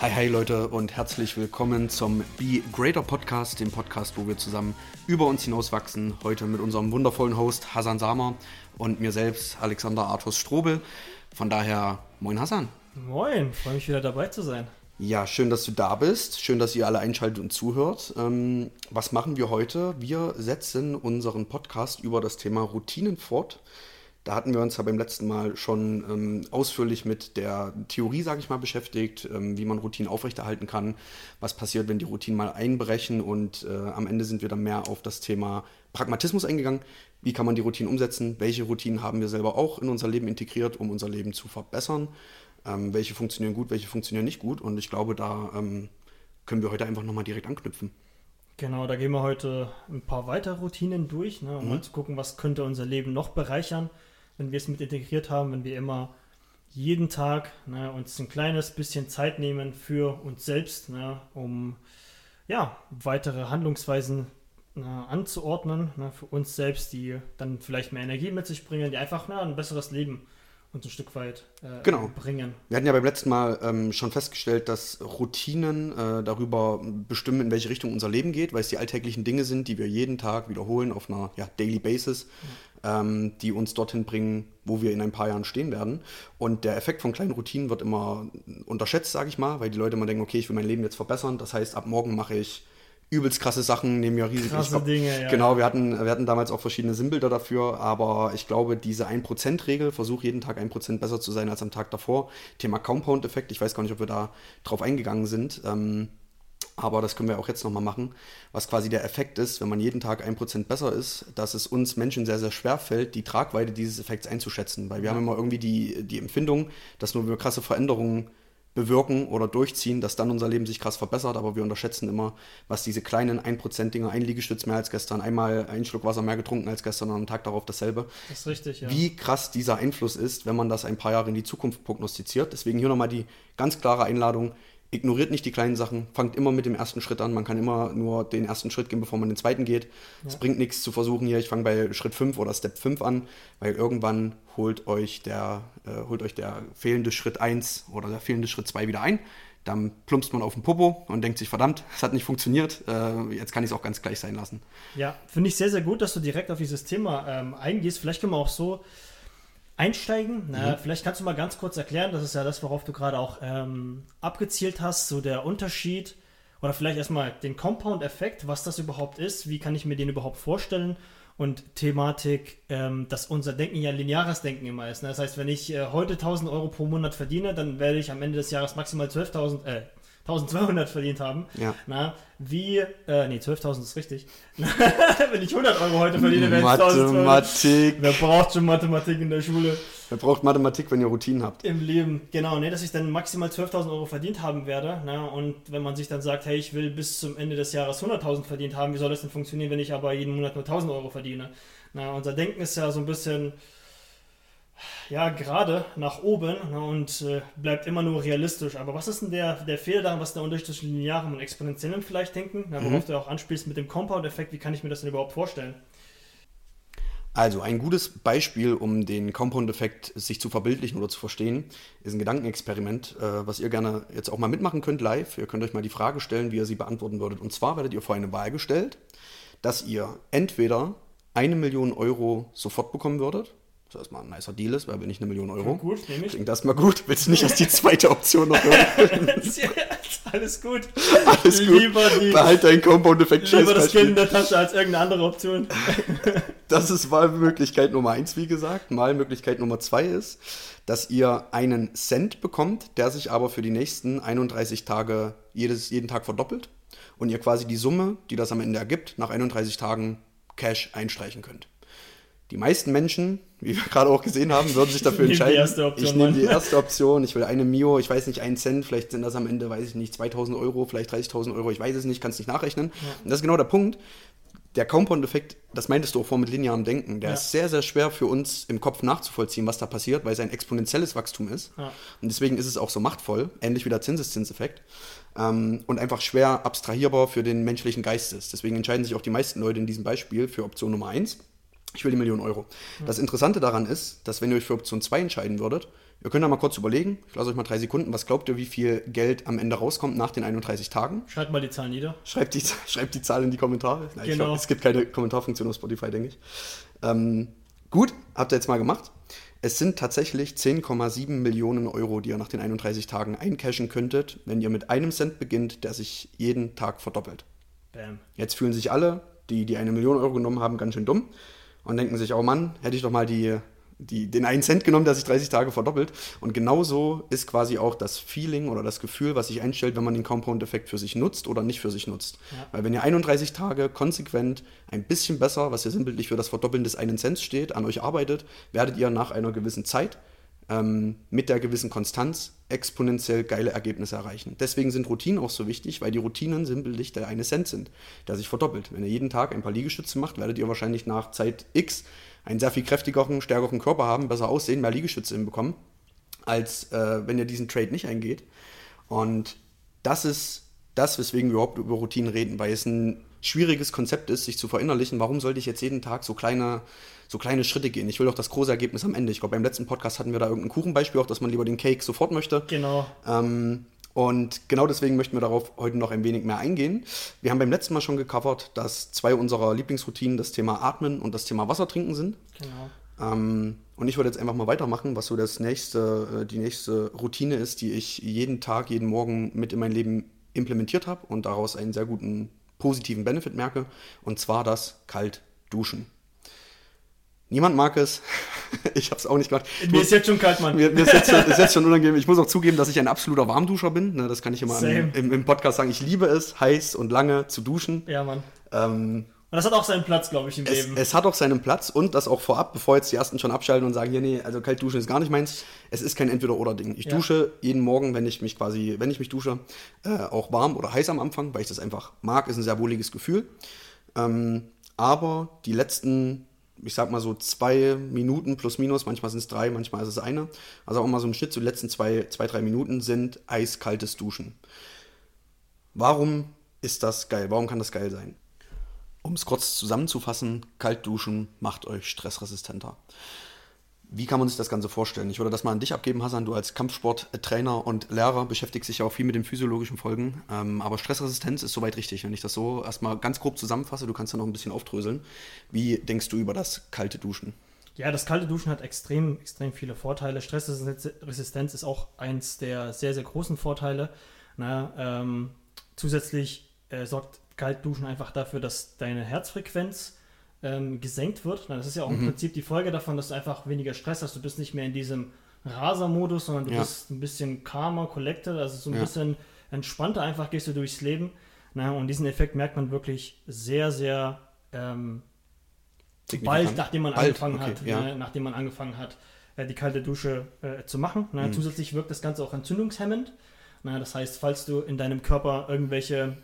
Hi, hi Leute und herzlich willkommen zum Be Greater Podcast, dem Podcast, wo wir zusammen über uns hinauswachsen. Heute mit unserem wundervollen Host Hasan Samer und mir selbst, Alexander Arthurs Strobel. Von daher, moin Hasan. Moin, freue mich wieder dabei zu sein. Ja, schön, dass du da bist. Schön, dass ihr alle einschaltet und zuhört. Was machen wir heute? Wir setzen unseren Podcast über das Thema Routinen fort. Da hatten wir uns ja beim letzten Mal schon ausführlich mit der Theorie, sage ich mal, beschäftigt, wie man Routinen aufrechterhalten kann, was passiert, wenn die Routinen mal einbrechen und am Ende sind wir dann mehr auf das Thema Pragmatismus eingegangen. Wie kann man die Routinen umsetzen? Welche Routinen haben wir selber auch in unser Leben integriert, um unser Leben zu verbessern? Welche funktionieren gut, welche funktionieren nicht gut? Und ich glaube, da können wir heute einfach nochmal direkt anknüpfen. Genau, da gehen wir heute ein paar weitere Routinen durch, um mal zu gucken, was könnte unser Leben noch bereichern, wenn wir es mit integriert haben, wenn wir immer jeden Tag uns ein kleines bisschen Zeit nehmen für uns selbst, um weitere Handlungsweisen anzuordnen, für uns selbst, die dann vielleicht mehr Energie mit sich bringen, die einfach ein besseres Leben uns ein Stück weit bringen. Wir hatten ja beim letzten Mal schon festgestellt, dass Routinen darüber bestimmen, in welche Richtung unser Leben geht, weil es die alltäglichen Dinge sind, die wir jeden Tag wiederholen auf einer Daily Basis, die uns dorthin bringen, wo wir in ein paar Jahren stehen werden. Und der Effekt von kleinen Routinen wird immer unterschätzt, sage ich mal, weil die Leute immer denken, okay, ich will mein Leben jetzt verbessern, das heißt, ab morgen mache ich übelst krasse Sachen, nehmen ja riesig. Krasse Dinge, ja. Genau, wir hatten damals auch verschiedene Sinnbilder dafür, aber ich glaube, diese 1%-Regel, versuch jeden Tag 1% besser zu sein als am Tag davor. Thema Compound-Effekt, ich weiß gar nicht, ob wir da drauf eingegangen sind, aber das können wir auch jetzt nochmal machen, was quasi der Effekt ist, wenn man jeden Tag 1% besser ist, dass es uns Menschen sehr, sehr schwer fällt, die Tragweite dieses Effekts einzuschätzen, weil wir haben immer irgendwie die Empfindung, dass nur wir krasse Veränderungen bewirken oder durchziehen, dass dann unser Leben sich krass verbessert, aber wir unterschätzen immer, was diese kleinen 1%-Dinger, ein Liegestütz mehr als gestern, einmal einen Schluck Wasser mehr getrunken als gestern und am Tag darauf dasselbe. Das ist richtig, ja. Wie krass dieser Einfluss ist, wenn man das ein paar Jahre in die Zukunft prognostiziert. Deswegen hier nochmal die ganz klare Einladung, ignoriert nicht die kleinen Sachen, fangt immer mit dem ersten Schritt an. Man kann immer nur den ersten Schritt gehen, bevor man den zweiten geht. Es bringt nichts zu versuchen, ich fange bei Schritt 5 oder Step 5 an, weil irgendwann holt euch der fehlende Schritt 1 oder der fehlende Schritt 2 wieder ein. Dann plumpst man auf den Popo und denkt sich, verdammt, es hat nicht funktioniert, jetzt kann ich es auch ganz gleich sein lassen. Ja, finde ich sehr, sehr gut, dass du direkt auf dieses Thema eingehst. Vielleicht können wir auch so einsteigen. Vielleicht kannst du mal ganz kurz erklären, das ist ja das, worauf du gerade auch abgezielt hast, so der Unterschied oder vielleicht erstmal den Compound-Effekt, was das überhaupt ist, wie kann ich mir den überhaupt vorstellen und Thematik, dass unser Denken ja lineares Denken immer ist. Das heißt, wenn ich heute 1.000 Euro pro Monat verdiene, dann werde ich am Ende des Jahres maximal 1.200 verdient haben. Ja. 12.000 ist richtig. Wenn ich 100 Euro heute verdiene, werde ich Mathematik. 1.200. Wer braucht schon Mathematik in der Schule? Wer braucht Mathematik, wenn ihr Routinen habt? Im Leben, genau. Dass ich dann maximal 12.000 Euro verdient haben werde. Und wenn man sich dann sagt, hey, ich will bis zum Ende des Jahres 100.000 verdient haben, wie soll das denn funktionieren, wenn ich aber jeden Monat nur 1.000 Euro verdiene? Unser Denken ist ja so ein bisschen gerade nach oben und bleibt immer nur realistisch. Aber was ist denn der Fehler daran, was ist der Unterschied zwischen linearem und exponentiellem vielleicht denken? Worauf du auch anspielst mit dem Compound-Effekt, wie kann ich mir das denn überhaupt vorstellen? Also ein gutes Beispiel, um den Compound-Effekt sich zu verbildlichen oder zu verstehen, ist ein Gedankenexperiment, was ihr gerne jetzt auch mal mitmachen könnt live. Ihr könnt euch mal die Frage stellen, wie ihr sie beantworten würdet. Und zwar werdet ihr vor eine Wahl gestellt, dass ihr entweder 1 Million Euro sofort bekommen würdet, was erstmal ein nicer Deal ist, weil wir nicht 1 Million Euro. Gut, nehme ich. Klingt erstmal gut. Willst du nicht erst die zweite Option noch hören? Alles gut. Alles gut. Behalt deinen Compound-Effekt. Lieber das Geld in der Tasche als irgendeine andere Option. Das ist Wahlmöglichkeit Nummer 1, wie gesagt. Wahlmöglichkeit Nummer 2 ist, dass ihr einen Cent bekommt, der sich aber für die nächsten 31 Tage jeden Tag verdoppelt und ihr quasi die Summe, die das am Ende ergibt, nach 31 Tagen Cash einstreichen könnt. Die meisten Menschen, wie wir gerade auch gesehen haben, würden sich dafür entscheiden. Ich nehme die erste Option, ich will eine Mio, ich weiß nicht, 1 Cent, vielleicht sind das am Ende, weiß ich nicht, 2.000 Euro, vielleicht 30.000 Euro, ich weiß es nicht, kann es nicht nachrechnen. Ja. Und das ist genau der Punkt. Der Compound-Effekt, das meintest du auch vor mit linearem Denken, der ist sehr, sehr schwer für uns im Kopf nachzuvollziehen, was da passiert, weil es ein exponentielles Wachstum ist. Ja. Und deswegen ist es auch so machtvoll, ähnlich wie der Zinseszinseffekt. Und einfach schwer abstrahierbar für den menschlichen Geist ist. Deswegen entscheiden sich auch die meisten Leute in diesem Beispiel für Option Nummer 1. Ich will die 1 Million Euro. Das Interessante daran ist, dass wenn ihr euch für Option 2 entscheiden würdet, Ihr könnt da mal kurz überlegen, ich lasse euch mal 3 Sekunden, was glaubt ihr, wie viel Geld am Ende rauskommt nach den 31 Tagen? Schreibt mal die Zahl nieder. Schreibt die Zahl in die Kommentare. Nein, Genau. Es gibt keine Kommentarfunktion auf Spotify, denke ich. Gut, habt ihr jetzt mal gemacht. Es sind tatsächlich 10,7 Millionen Euro, die ihr nach den 31 Tagen eincashen könntet, wenn ihr mit einem Cent beginnt, der sich jeden Tag verdoppelt. Bam. Jetzt fühlen sich alle, die 1 Million Euro genommen haben, ganz schön dumm und denken sich, oh Mann, hätte ich doch mal den 1 Cent genommen, der sich 30 Tage verdoppelt. Und genauso ist quasi auch das Feeling oder das Gefühl, was sich einstellt, wenn man den Compound-Effekt für sich nutzt oder nicht für sich nutzt. Ja. Weil wenn ihr 31 Tage konsequent ein bisschen besser, was ja sinnbildlich für das Verdoppeln des 1 Cent steht, an euch arbeitet, werdet ihr nach einer gewissen Zeit mit der gewissen Konstanz exponentiell geile Ergebnisse erreichen. Deswegen sind Routinen auch so wichtig, weil die Routinen sinnbildlich der 1 Cent sind, der sich verdoppelt. Wenn ihr jeden Tag ein paar Liegestütze macht, werdet ihr wahrscheinlich nach Zeit X einen sehr viel kräftigeren, stärkeren Körper haben, besser aussehen, mehr Liegestütze hinbekommen, als wenn ihr diesen Trade nicht eingeht. Und das ist das, weswegen wir überhaupt über Routinen reden, weil es ein schwieriges Konzept ist, sich zu verinnerlichen. Warum sollte ich jetzt jeden Tag so kleine Schritte gehen? Ich will doch das große Ergebnis am Ende. Ich glaube, beim letzten Podcast hatten wir da irgendein Kuchenbeispiel, auch dass man lieber den Cake sofort möchte. Genau. Und genau deswegen möchten wir darauf heute noch ein wenig mehr eingehen. Wir haben beim letzten Mal schon gecovert, dass 2 unserer Lieblingsroutinen das Thema Atmen und das Thema Wasser trinken sind. Genau. Und ich würde jetzt einfach mal weitermachen, was so die nächste Routine ist, die ich jeden Tag, jeden Morgen mit in mein Leben implementiert habe und daraus einen sehr guten positiven Benefit merke. Und zwar das Kaltduschen. Niemand mag es. Ich habe es auch nicht gemacht. Mir ist jetzt schon kalt, Mann. Mir ist jetzt schon unangenehm. Ich muss auch zugeben, dass ich ein absoluter Warmduscher bin. Ne, das kann ich immer im Podcast sagen. Ich liebe es, heiß und lange zu duschen. Ja, Mann. Und das hat auch seinen Platz, glaube ich, im Leben. Es hat auch seinen Platz und das auch vorab, bevor jetzt die Ersten schon abschalten und sagen, hier, nee, also kalt duschen ist gar nicht meins. Es ist kein Entweder-Oder-Ding. Ich dusche jeden Morgen, wenn ich mich dusche, auch warm oder heiß am Anfang, weil ich das einfach mag. Ist ein sehr wohliges Gefühl. Aber die letzten, ich sag mal so 2 Minuten plus minus, manchmal sind es 3, manchmal ist es 1. Also auch mal so im Schnitt, so die letzten 2-3 Minuten sind eiskaltes Duschen. Warum ist das geil? Warum kann das geil sein? Um es kurz zusammenzufassen, Kaltduschen macht euch stressresistenter. Wie kann man sich das Ganze vorstellen? Ich würde das mal an dich abgeben, Hasan. Du als Kampfsporttrainer und Lehrer beschäftigst dich ja auch viel mit den physiologischen Folgen. Aber Stressresistenz ist soweit richtig. Wenn ich das so erstmal ganz grob zusammenfasse, du kannst ja noch ein bisschen aufdröseln. Wie denkst du über das kalte Duschen? Ja, das kalte Duschen hat extrem viele Vorteile. Stressresistenz ist auch eins der sehr, sehr großen Vorteile. Zusätzlich sorgt Kaltduschen einfach dafür, dass deine Herzfrequenz gesenkt wird. Das ist ja auch im Prinzip die Folge davon, dass du einfach weniger Stress hast. Du bist nicht mehr in diesem Raser-Modus, sondern du bist ein bisschen calmer, collected, also so ein bisschen entspannter einfach gehst du durchs Leben. Und diesen Effekt merkt man wirklich sehr, sehr bald, nachdem man angefangen hat, die kalte Dusche zu machen. Zusätzlich wirkt das Ganze auch entzündungshemmend. Das heißt, falls du in deinem Körper irgendwelche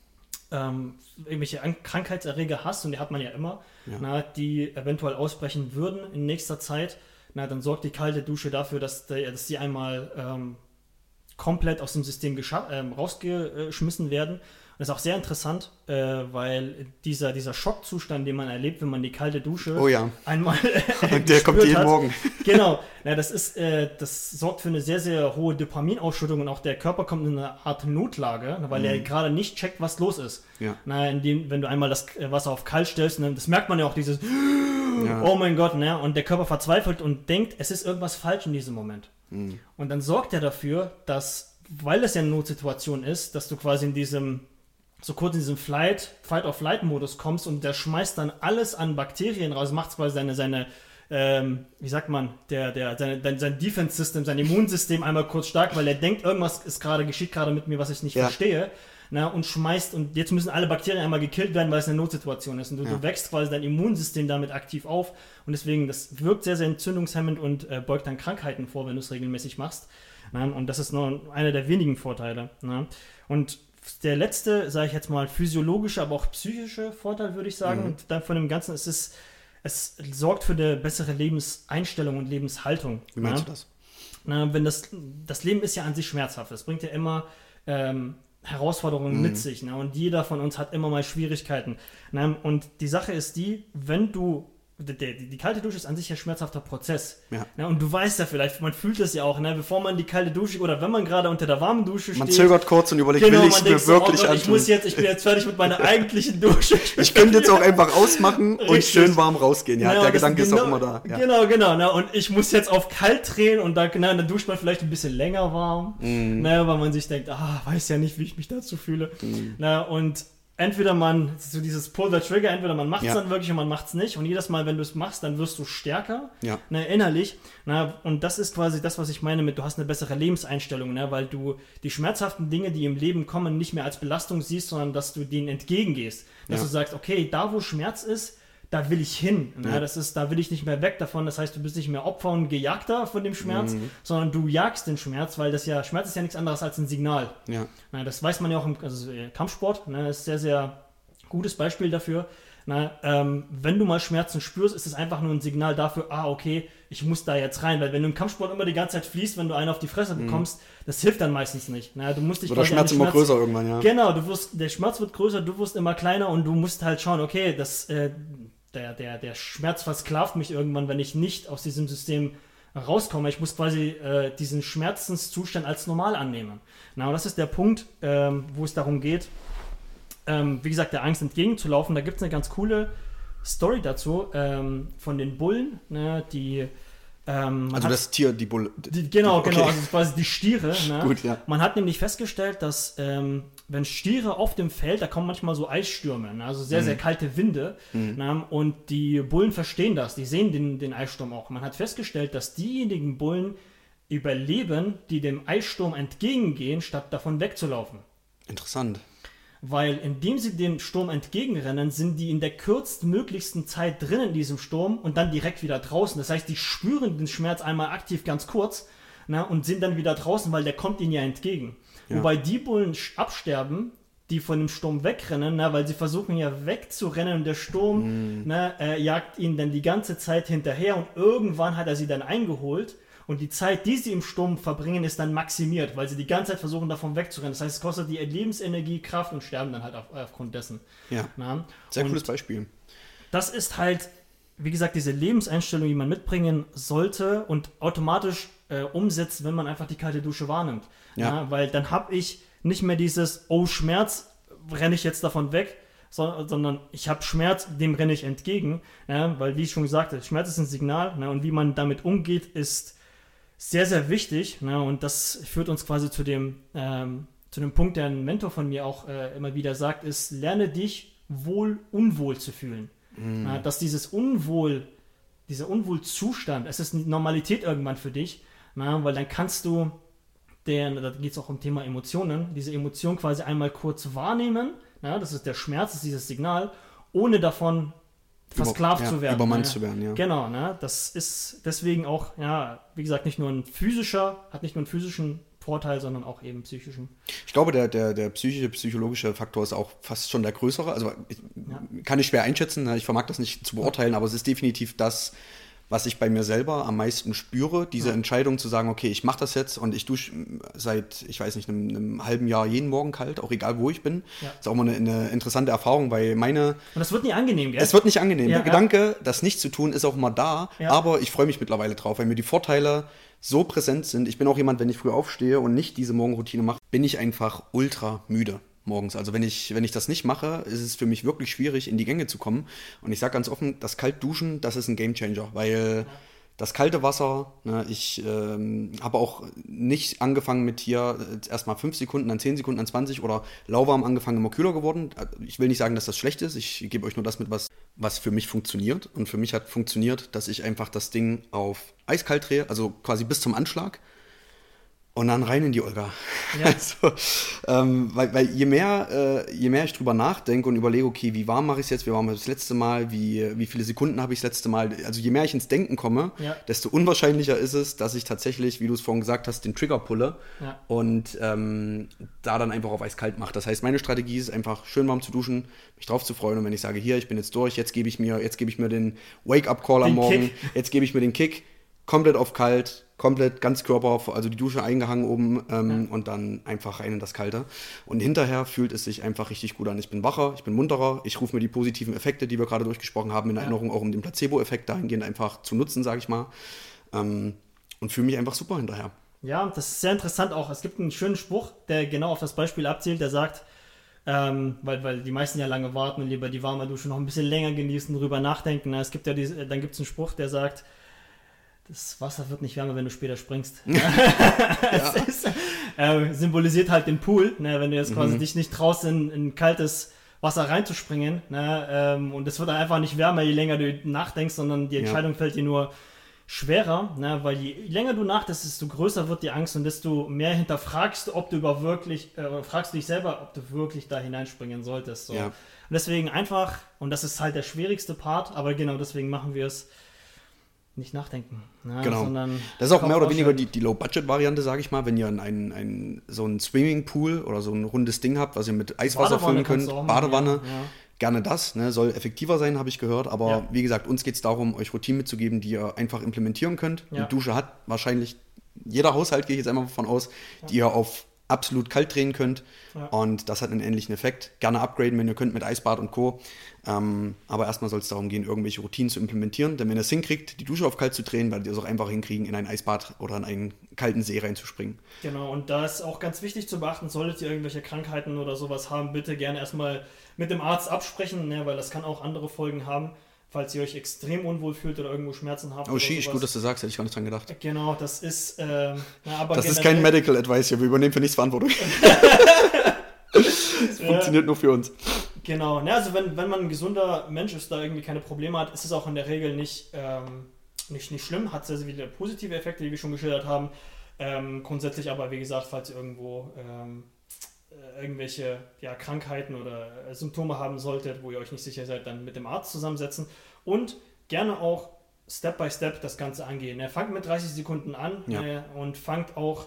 Krankheitserreger hast, und die hat man ja immer, die eventuell ausbrechen würden in nächster Zeit, dann sorgt die kalte Dusche dafür, dass die einmal komplett aus dem System rausgeschmissen werden. Und das ist auch sehr interessant, weil dieser Schockzustand, den man erlebt, wenn man die kalte Dusche einmal der kommt jeden Morgen. Genau, das sorgt für eine sehr, sehr hohe Dopaminausschüttung und auch der Körper kommt in eine Art Notlage, weil er gerade nicht checkt, was los ist. Ja. Wenn du einmal das Wasser auf kalt stellst, das merkt man ja auch dieses oh mein Gott, und der Körper verzweifelt und denkt, es ist irgendwas falsch in diesem Moment. Und dann sorgt er dafür, dass, weil es ja eine Notsituation ist, dass du quasi in diesem Fight-or-Flight-Modus kommst und der schmeißt dann alles an Bakterien raus, macht quasi seine sein Defense-System, sein Immunsystem einmal kurz stark, weil er denkt, irgendwas geschieht gerade mit mir, was ich nicht verstehe. Und schmeißt, und jetzt müssen alle Bakterien einmal gekillt werden, weil es eine Notsituation ist. Und du wächst quasi dein Immunsystem damit aktiv auf. Und deswegen, das wirkt sehr, sehr entzündungshemmend und beugt dann Krankheiten vor, wenn du es regelmäßig machst. Und das ist nur einer der wenigen Vorteile. Und der letzte, sage ich jetzt mal, physiologische, aber auch psychische Vorteil, würde ich sagen. Und dann von dem Ganzen es sorgt für eine bessere Lebenseinstellung und Lebenshaltung. Wie meinst du das? Wenn das Leben ist ja an sich schmerzhaft. Es bringt ja immer Herausforderungen mit sich. Und jeder von uns hat immer mal Schwierigkeiten. Und die Sache ist die, wenn du die kalte Dusche ist an sich ein schmerzhafter Prozess. Ja. Ja, und du weißt ja vielleicht, man fühlt das ja auch, ne, bevor man die kalte Dusche, oder wenn man gerade unter der warmen Dusche steht. Man zögert kurz und überlegt, Genau, will ich es mir wirklich antun? Ich bin jetzt fertig mit meiner eigentlichen Dusche. Ich könnte jetzt auch einfach ausmachen und Richtig. schön warm rausgehen. Ja, der Gedanke ist genau, auch immer da. Ja. Genau. Ne, und ich muss jetzt auf kalt drehen und dann duscht man vielleicht ein bisschen länger warm, ne, weil man sich denkt, weiß ja nicht, wie ich mich dazu fühle. Ne, und entweder man, so dieses Pull the Trigger, entweder man macht es dann wirklich und man macht es nicht. Und jedes Mal, wenn du es machst, dann wirst du stärker, ne, innerlich. Ne, und das ist quasi das, was ich meine mit, du hast eine bessere Lebenseinstellung, ne, weil du die schmerzhaften Dinge, die im Leben kommen, nicht mehr als Belastung siehst, sondern dass du denen entgegengehst. Dass du sagst, okay, da wo Schmerz ist, da will ich hin. Ne? Da will ich nicht mehr weg davon. Das heißt, du bist nicht mehr Opfer und Gejagter von dem Schmerz, sondern du jagst den Schmerz, weil Schmerz ist ja nichts anderes als ein Signal. Ja. Na, das weiß man ja auch im Kampfsport. Ne? Das ist sehr, sehr gutes Beispiel dafür. Na, wenn du mal Schmerzen spürst, ist es einfach nur ein Signal dafür, okay, ich muss da jetzt rein. Weil wenn du im Kampfsport immer die ganze Zeit fließt, wenn du einen auf die Fresse bekommst, das hilft dann meistens nicht. Na, du musst dich der Schmerz immer größer irgendwann, ja. Genau, der Schmerz wird größer, du wirst immer kleiner und du musst halt schauen, okay, der Schmerz versklavt mich irgendwann, wenn ich nicht aus diesem System rauskomme. Ich muss quasi diesen Schmerzenszustand als normal annehmen. Na, und das ist der Punkt, wo es darum geht, wie gesagt, der Angst entgegenzulaufen. Da gibt es eine ganz coole Story dazu von den Bullen, ne, die also das Tier, die Bulle. Genau, also quasi die Stiere. Ne? Gut, ja. Man hat nämlich festgestellt, dass wenn Stiere auf dem Feld, da kommen manchmal so Eisstürme, ne? Also sehr, sehr kalte Winde. Ne? Und die Bullen verstehen das, die sehen den Eissturm auch. Man hat festgestellt, dass diejenigen Bullen überleben, die dem Eissturm entgegengehen, statt davon wegzulaufen. Interessant. Weil indem sie dem Sturm entgegenrennen, sind die in der kürztmöglichsten Zeit drin in diesem Sturm und dann direkt wieder draußen. Das heißt, die spüren den Schmerz einmal aktiv ganz kurz, na, und sind dann wieder draußen, weil der kommt ihnen ja entgegen. Ja. Wobei die Bullen absterben, die von dem Sturm wegrennen, na, weil sie versuchen ja wegzurennen und der Sturm jagt ihnen dann die ganze Zeit hinterher und irgendwann hat er sie dann eingeholt. Und die Zeit, die sie im Sturm verbringen, ist dann maximiert, weil sie die ganze Zeit versuchen, davon wegzurennen. Das heißt, es kostet die Lebensenergie, Kraft und sterben dann halt aufgrund dessen. Ja, sehr cooles Beispiel. Das ist halt, wie gesagt, diese Lebenseinstellung, die man mitbringen sollte und automatisch umsetzt, wenn man einfach die kalte Dusche wahrnimmt. Ja. Weil dann habe ich nicht mehr dieses, Schmerz, renne ich jetzt davon weg, sondern ich habe Schmerz, dem renne ich entgegen. Ja, weil, wie ich schon gesagt habe, Schmerz ist ein Signal, und wie man damit umgeht, ist sehr, sehr wichtig, ne? Und das führt uns quasi zu dem Punkt, der ein Mentor von mir auch immer wieder sagt, ist, lerne dich unwohl zu fühlen. Dass dieser Unwohlzustand, es ist eine Normalität irgendwann für dich, weil dann kannst du, da geht es auch um Thema Emotionen, diese Emotion quasi einmal kurz wahrnehmen, das ist der Schmerz, das ist dieses Signal, ohne davon versklavt zu werden. Übermannt zu werden, ja. Genau, das ist deswegen auch, wie gesagt, hat nicht nur einen physischen Vorteil, sondern auch eben psychischen. Ich glaube, der psychologische Faktor ist auch fast schon der größere. Also kann ich schwer einschätzen, ich vermag das nicht zu beurteilen, aber es ist definitiv das, was ich bei mir selber am meisten spüre, diese Entscheidung zu sagen, okay, ich mache das jetzt und ich dusche seit, ich weiß nicht, einem halben Jahr jeden Morgen kalt, auch egal wo ich bin. Ja. Ist auch mal eine interessante Erfahrung, weil und das wird nicht angenehm, gell? Es wird nicht angenehm. Der Gedanke, das nicht zu tun, ist auch immer da, aber ich freue mich mittlerweile drauf, weil mir die Vorteile so präsent sind. Ich bin auch jemand, wenn ich früh aufstehe und nicht diese Morgenroutine mache, bin ich einfach ultra müde morgens. Also wenn ich das nicht mache, ist es für mich wirklich schwierig, in die Gänge zu kommen. Und ich sage ganz offen, das Kaltduschen, das ist ein Gamechanger, weil das kalte Wasser, ich habe auch nicht angefangen mit hier erstmal 5 Sekunden, dann 10 Sekunden, dann 20 oder lauwarm angefangen, immer kühler geworden. Ich will nicht sagen, dass das schlecht ist. Ich gebe euch nur das mit, was für mich funktioniert. Und für mich hat funktioniert, dass ich einfach das Ding auf eiskalt drehe, also quasi bis zum Anschlag. Und dann rein in die Olga. Ja. Also, weil je mehr ich drüber nachdenke und überlege, okay, wie warm mache ich es jetzt, wie warm habe ich das letzte Mal, wie viele Sekunden habe ich das letzte Mal, also je mehr ich ins Denken komme, desto unwahrscheinlicher ist es, dass ich tatsächlich, wie du es vorhin gesagt hast, den Trigger pulle und da dann einfach auf eiskalt mache. Das heißt, meine Strategie ist einfach schön warm zu duschen, mich drauf zu freuen und wenn ich sage, hier, ich bin jetzt durch, jetzt gebe ich mir den Wake-up-Call am Morgen, jetzt gebe ich mir den Kick, komplett auf kalt, komplett ganz Körper, also die Dusche eingehangen oben und dann einfach rein in das Kalte. Und hinterher fühlt es sich einfach richtig gut an. Ich bin wacher, ich bin munterer, ich rufe mir die positiven Effekte, die wir gerade durchgesprochen haben, in Erinnerung, auch um den Placebo-Effekt dahingehend einfach zu nutzen, sage ich mal. Und fühle mich einfach super hinterher. Ja, das ist sehr interessant auch. Es gibt einen schönen Spruch, der genau auf das Beispiel abzielt, der sagt, weil die meisten ja lange warten und lieber die warme Dusche noch ein bisschen länger genießen, drüber nachdenken. Es gibt ja dann gibt es einen Spruch, der sagt, das Wasser wird nicht wärmer, wenn du später springst. Es symbolisiert halt den Pool, ne, wenn du jetzt quasi dich nicht traust, in kaltes Wasser reinzuspringen. Ne, und es wird einfach nicht wärmer, je länger du nachdenkst, sondern die Entscheidung fällt dir nur schwerer, ne, weil je länger du nachdenkst, desto größer wird die Angst und desto mehr hinterfragst du, ob du fragst du dich selber, ob du wirklich da hineinspringen solltest. So. Ja. Und deswegen einfach, und das ist halt der schwierigste Part, aber genau deswegen machen wir es, nicht nachdenken. Ne, genau. Sondern das ist auch mehr oder weniger die Low-Budget-Variante, sage ich mal, wenn ihr so einen Swimmingpool oder so ein rundes Ding habt, was ihr mit Eiswasser füllen könnt, Badewanne. Ja. Gerne das, ne? Soll effektiver sein, habe ich gehört, aber wie gesagt, uns geht es darum, euch Routinen mitzugeben, die ihr einfach implementieren könnt. Ja. Die Dusche hat wahrscheinlich jeder Haushalt, gehe ich jetzt einmal davon aus, die ihr auf absolut kalt drehen könnt und das hat einen ähnlichen Effekt. Gerne upgraden, wenn ihr könnt mit Eisbad und Co. Aber erstmal soll es darum gehen, irgendwelche Routinen zu implementieren, denn wenn ihr es hinkriegt, die Dusche auf kalt zu drehen, werdet ihr es auch einfach hinkriegen, in ein Eisbad oder in einen kalten See reinzuspringen. Genau, und da ist auch ganz wichtig zu beachten, solltet ihr irgendwelche Krankheiten oder sowas haben, bitte gerne erstmal mit dem Arzt absprechen, ne, weil das kann auch andere Folgen haben, falls ihr euch extrem unwohl fühlt oder irgendwo Schmerzen habt. Oh, sheesh, gut, dass du sagst, hätte ich gar nicht dran gedacht. Genau, das ist aber das ist kein Medical Advice hier, wir übernehmen für nichts Verantwortung. Das funktioniert nur für uns. Genau, ne, also wenn man ein gesunder Mensch ist, da irgendwie keine Probleme hat, ist es auch in der Regel nicht schlimm, hat sehr, sehr viele positive Effekte, die wir schon geschildert haben. Grundsätzlich aber, wie gesagt, falls ihr irgendwo irgendwelche Krankheiten oder Symptome haben solltet, wo ihr euch nicht sicher seid, dann mit dem Arzt zusammensetzen und gerne auch Step by Step das Ganze angehen. Fangt mit 30 Sekunden an und fangt auch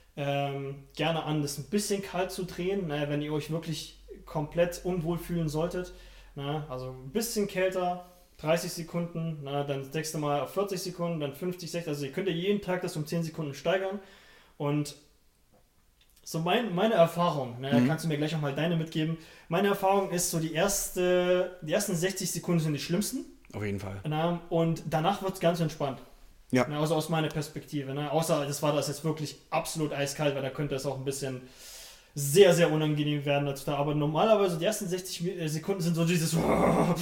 gerne an, das ein bisschen kalt zu drehen, wenn ihr euch wirklich komplett unwohl fühlen solltet. Also ein bisschen kälter, 30 Sekunden, dann das nächste Mal auf 40 Sekunden, dann 50, 60, also ihr könnt ja jeden Tag das um 10 Sekunden steigern und so meine Erfahrung, kannst du mir gleich auch mal deine mitgeben, meine Erfahrung ist so die ersten 60 Sekunden sind die schlimmsten. Auf jeden Fall. Und danach wird es ganz entspannt. Ja. Also aus meiner Perspektive. Außer das jetzt wirklich absolut eiskalt, weil da könnte es auch ein bisschen sehr, sehr unangenehm werden. Aber normalerweise die ersten 60 Sekunden sind so dieses und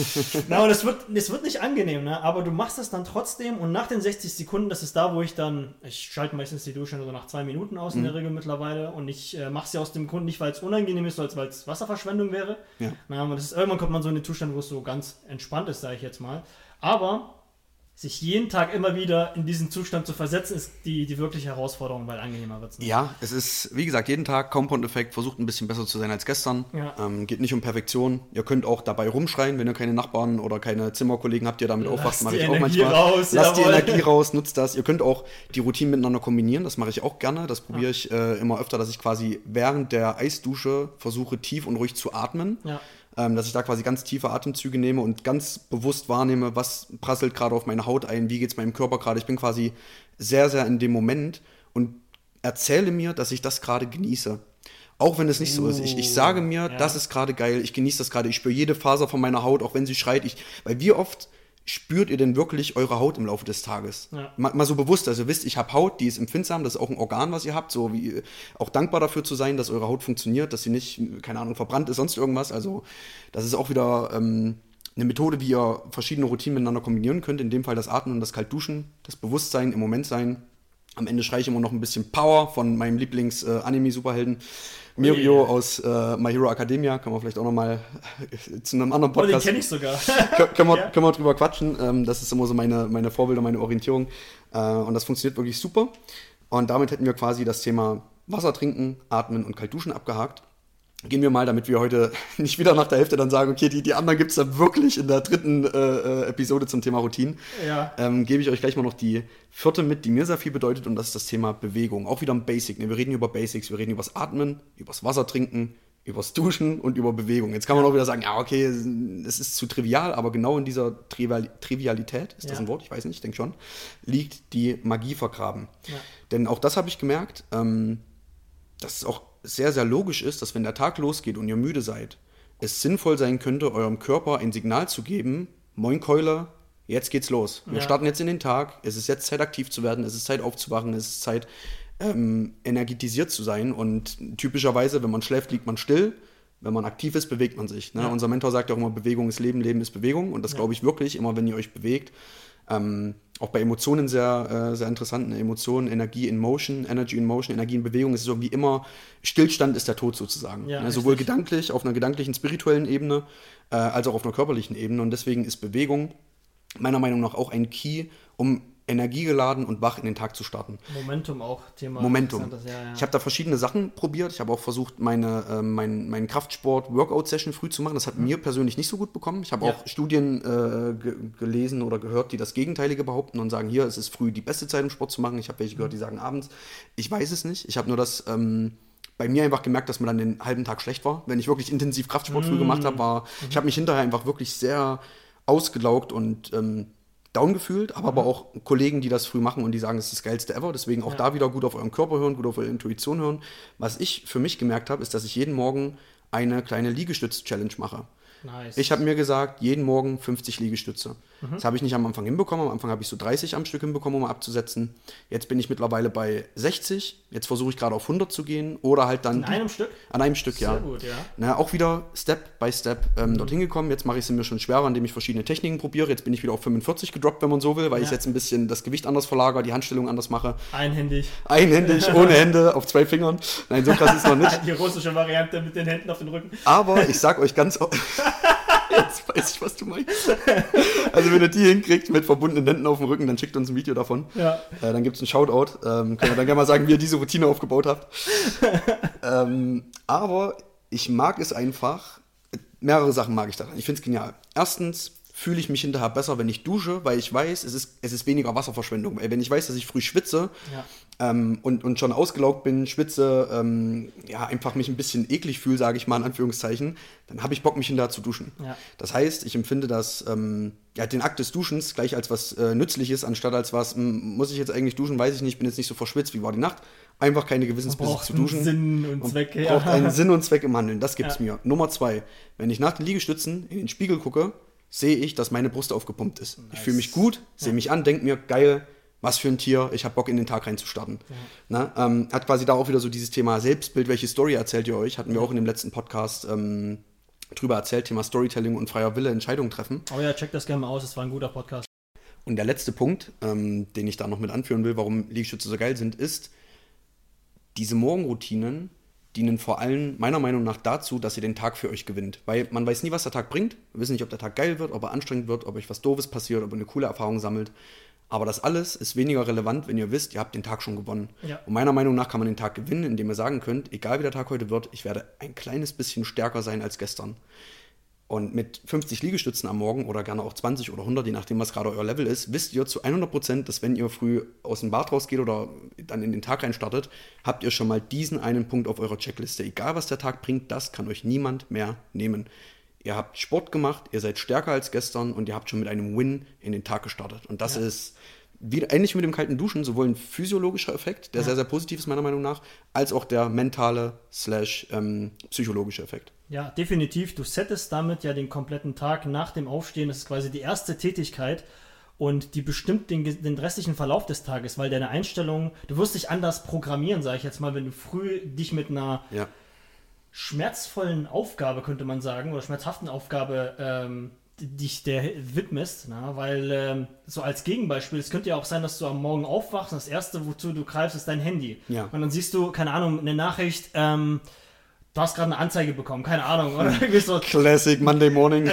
es wird nicht angenehm, aber du machst das dann trotzdem und nach den 60 Sekunden, das ist da, wo ich schalte meistens die Dusche so nach 2 Minuten aus in der Regel mittlerweile und ich mache sie aus dem Grund nicht, weil es unangenehm ist, sondern weil es Wasserverschwendung wäre. Ja. Irgendwann kommt man so in den Zustand, wo es so ganz entspannt ist, sage ich jetzt mal. Aber sich jeden Tag immer wieder in diesen Zustand zu versetzen, ist die wirkliche Herausforderung, weil angenehmer wird es nicht. Ja, es ist, wie gesagt, jeden Tag Compound-Effekt, versucht ein bisschen besser zu sein als gestern. Ja. Geht nicht um Perfektion. Ihr könnt auch dabei rumschreien, wenn ihr keine Nachbarn oder keine Zimmerkollegen habt, die ihr damit aufwacht. Mache ich auch manchmal. Lasst die Energie raus, nutzt das. Ihr könnt auch die Routinen miteinander kombinieren, das mache ich auch gerne. Das probiere ich immer öfter, dass ich quasi während der Eisdusche versuche, tief und ruhig zu atmen. Ja. Dass ich da quasi ganz tiefe Atemzüge nehme und ganz bewusst wahrnehme, was prasselt gerade auf meine Haut ein, wie geht es meinem Körper gerade. Ich bin quasi sehr, sehr in dem Moment und erzähle mir, dass ich das gerade genieße. Auch wenn es nicht so ist. Ich sage mir, das ist gerade geil, ich genieße das gerade, ich spüre jede Faser von meiner Haut, auch wenn sie schreit. Weil wie oft spürt ihr denn wirklich eure Haut im Laufe des Tages? Ja. Mal so bewusst, also ihr wisst, ich habe Haut, die ist empfindsam, das ist auch ein Organ, was ihr habt, so wie auch dankbar dafür zu sein, dass eure Haut funktioniert, dass sie nicht, keine Ahnung, verbrannt ist, sonst irgendwas. Also das ist auch wieder eine Methode, wie ihr verschiedene Routinen miteinander kombinieren könnt, in dem Fall das Atmen und das Kaltduschen, das Bewusstsein, im Moment sein. Am Ende schreie ich immer noch ein bisschen Power von meinem Lieblings-Anime-Superhelden Mirio aus My Hero Academia. Können wir vielleicht auch nochmal zu einem anderen Podcast. Den kenne ich sogar. können wir drüber quatschen. Das ist immer so meine Vorbilder, meine Orientierung. Und das funktioniert wirklich super. Und damit hätten wir quasi das Thema Wasser trinken, atmen und kalt duschen abgehakt. Gehen wir mal, damit wir heute nicht wieder nach der Hälfte dann sagen, okay, die anderen gibt es dann wirklich in der 3. Episode zum Thema Routinen. Ja. Gebe ich euch gleich mal noch die 4. mit, die mir sehr viel bedeutet, und das ist das Thema Bewegung. Auch wieder ein Basic. Ne? Wir reden über Basics, wir reden über das Atmen, über das Wasser trinken, Übers Duschen und über Bewegung. Jetzt kann man auch wieder sagen, ja, okay, es ist zu trivial, aber genau in dieser Trivialität, ist das ein Wort? Ich weiß nicht, ich denke schon, liegt die Magie vergraben. Ja. Denn auch das habe ich gemerkt, dass es auch sehr, sehr logisch ist, dass wenn der Tag losgeht und ihr müde seid, es sinnvoll sein könnte, eurem Körper ein Signal zu geben, Moin Keule, jetzt geht's los. Wir starten jetzt in den Tag, es ist jetzt Zeit aktiv zu werden, es ist Zeit aufzuwachen, es ist Zeit energetisiert zu sein und typischerweise, wenn man schläft, liegt man still, wenn man aktiv ist, bewegt man sich. Ne? Ja. Unser Mentor sagt ja auch immer, Bewegung ist Leben, Leben ist Bewegung und das glaube ich wirklich, immer wenn ihr euch bewegt. Auch bei Emotionen sehr, sehr interessant, ne? Emotionen, Energie in Motion, Energy in Motion, Energie in Bewegung, es ist irgendwie immer, Stillstand ist der Tod sozusagen. Ja, ne? Sowohl gedanklich, auf einer gedanklichen, spirituellen Ebene, als auch auf einer körperlichen Ebene und deswegen ist Bewegung meiner Meinung nach auch ein Key, um energiegeladen und wach in den Tag zu starten. Momentum auch Thema. Momentum. Ich habe da verschiedene Sachen probiert. Ich habe auch versucht, meinen Kraftsport-Workout-Session früh zu machen. Das hat mir persönlich nicht so gut bekommen. Ich habe auch Studien gelesen oder gehört, die das Gegenteilige behaupten und sagen, hier, es ist früh die beste Zeit, um Sport zu machen. Ich habe welche gehört, die sagen abends. Ich weiß es nicht. Ich habe nur das bei mir einfach gemerkt, dass man dann den halben Tag schlecht war. Wenn ich wirklich intensiv Kraftsport früh gemacht habe, ich habe mich hinterher einfach wirklich sehr ausgelaugt und down gefühlt, aber auch Kollegen, die das früh machen und die sagen, es ist das Geilste ever. Deswegen auch da wieder gut auf euren Körper hören, gut auf eure Intuition hören. Was ich für mich gemerkt habe, ist, dass ich jeden Morgen eine kleine Liegestütz-Challenge mache. Nice. Ich habe mir gesagt, jeden Morgen 50 Liegestütze. Das habe ich nicht am Anfang hinbekommen. Am Anfang habe ich so 30 am Stück hinbekommen, um abzusetzen. Jetzt bin ich mittlerweile bei 60. Jetzt versuche ich gerade auf 100 zu gehen. Oder halt dann... An einem Stück? An einem Stück, ja. Sehr gut, ja. Na, auch wieder Step by Step dorthin gekommen. Jetzt mache ich es mir schon schwerer, indem ich verschiedene Techniken probiere. Jetzt bin ich wieder auf 45 gedroppt, wenn man so will, weil ich jetzt ein bisschen das Gewicht anders verlagere, die Handstellung anders mache. Einhändig, ohne Hände, auf 2 Fingern. Nein, so krass ist es noch nicht. Die russische Variante mit den Händen auf den Rücken. Aber ich sag euch ganz... Jetzt weiß ich, was du meinst. Also wenn ihr die hinkriegt mit verbundenen Händen auf dem Rücken, dann schickt uns ein Video davon. Ja. Dann gibt es einen Shoutout. Könnt ihr dann gerne mal sagen, wie ihr diese Routine aufgebaut habt. Aber ich mag es einfach, mehrere Sachen mag ich daran. Ich finde es genial. Erstens fühle ich mich hinterher besser, wenn ich dusche, weil ich weiß, es ist weniger Wasserverschwendung. Wenn ich weiß, dass ich früh schwitze und schon ausgelaugt bin, schwitze, einfach mich ein bisschen eklig fühle, sage ich mal in Anführungszeichen, dann habe ich Bock, mich hinterher zu duschen. Ja. Das heißt, ich empfinde das, den Akt des Duschens gleich als was Nützliches, anstatt als was, muss ich jetzt eigentlich duschen, weiß ich nicht, bin jetzt nicht so verschwitzt, wie war die Nacht. Einfach keine Gewissensbisse zu duschen. Sinn und Zweck, braucht einen Sinn und Zweck im Handeln, das gibt's mir. Nummer 2, wenn ich nach den Liegestützen in den Spiegel gucke, sehe ich, dass meine Brust aufgepumpt ist. Nice. Ich fühle mich gut, sehe mich an, denke mir, geil, was für ein Tier, ich habe Bock in den Tag reinzustarten. Ja. Na, hat quasi da auch wieder so dieses Thema Selbstbild, welche Story erzählt ihr euch, hatten wir auch in dem letzten Podcast drüber erzählt, Thema Storytelling und freier Wille, Entscheidungen treffen. Oh ja, checkt das gerne mal aus, das war ein guter Podcast. Und der letzte Punkt, den ich da noch mit anführen will, warum Liegestütze so geil sind, ist, diese Morgenroutinen dienen vor allem meiner Meinung nach dazu, dass ihr den Tag für euch gewinnt. Weil man weiß nie, was der Tag bringt. Wir wissen nicht, ob der Tag geil wird, ob er anstrengend wird, ob euch was Doofes passiert, ob ihr eine coole Erfahrung sammelt. Aber das alles ist weniger relevant, wenn ihr wisst, ihr habt den Tag schon gewonnen. Ja. Und meiner Meinung nach kann man den Tag gewinnen, indem ihr sagen könnt, egal wie der Tag heute wird, ich werde ein kleines bisschen stärker sein als gestern. Und mit 50 Liegestützen am Morgen oder gerne auch 20 oder 100, je nachdem, was gerade euer Level ist, wisst ihr zu 100%, dass wenn ihr früh aus dem Bad rausgeht oder dann in den Tag reinstartet, habt ihr schon mal diesen einen Punkt auf eurer Checkliste. Egal, was der Tag bringt, das kann euch niemand mehr nehmen. Ihr habt Sport gemacht, ihr seid stärker als gestern und ihr habt schon mit einem Win in den Tag gestartet. Und das ist ähnlich wie mit dem kalten Duschen, sowohl ein physiologischer Effekt, der sehr, sehr positiv ist meiner Meinung nach, als auch der mentale / psychologische Effekt. Ja, definitiv. Du settest damit ja den kompletten Tag nach dem Aufstehen. Das ist quasi die erste Tätigkeit und die bestimmt den restlichen Verlauf des Tages, weil deine Einstellung, du wirst dich anders programmieren, sage ich jetzt mal, wenn du früh dich mit einer schmerzvollen Aufgabe, könnte man sagen, oder schmerzhaften Aufgabe dich der widmest, weil so als Gegenbeispiel, es könnte ja auch sein, dass du am Morgen aufwachst und das Erste, wozu du greifst, ist dein Handy. Ja. Und dann siehst du, keine Ahnung, eine Nachricht, du hast gerade eine Anzeige bekommen, keine Ahnung, oder? So. Classic Monday Morning.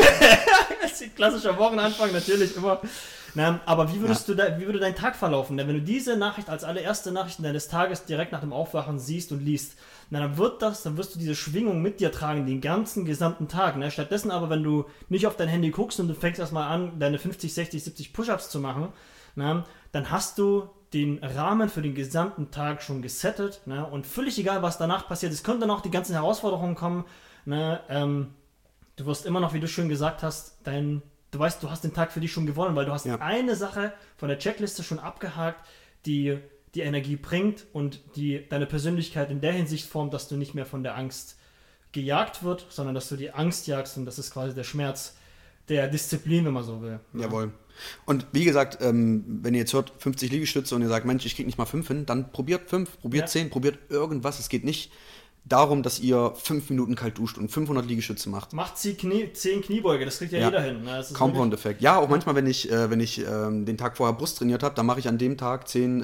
Klassischer Wochenanfang, natürlich immer. Aber wie würde dein Tag verlaufen? Denn wenn du diese Nachricht als allererste Nachricht deines Tages direkt nach dem Aufwachen siehst und liest, dann wirst du diese Schwingung mit dir tragen, den ganzen gesamten Tag. Stattdessen aber, wenn du nicht auf dein Handy guckst und du fängst erstmal an, deine 50, 60, 70 Push-Ups zu machen, dann hast du den Rahmen für den gesamten Tag schon gesettet, ne? Und völlig egal, was danach passiert. Es können dann auch die ganzen Herausforderungen kommen, ne? Du wirst immer noch, wie du schön gesagt hast, du weißt, du hast den Tag für dich schon gewonnen, weil du hast eine Sache von der Checkliste schon abgehakt, die Energie bringt und die deine Persönlichkeit in der Hinsicht formt, dass du nicht mehr von der Angst gejagt wird, sondern dass du die Angst jagst, und das ist quasi der Schmerz der Disziplin, wenn man so will. Jawohl. Und wie gesagt, wenn ihr jetzt hört 50 Liegestütze und ihr sagt, Mensch, ich krieg nicht mal 5 hin, dann probiert 5, probiert 10, probiert irgendwas. Es geht nicht darum, dass ihr 5 Minuten kalt duscht und 500 Liegestütze macht. Macht 10 Kniebeuge, das kriegt ja jeder hin. Ne? Compound-Effekt. Ja, auch manchmal, wenn ich den Tag vorher Brust trainiert habe, dann mache ich an dem Tag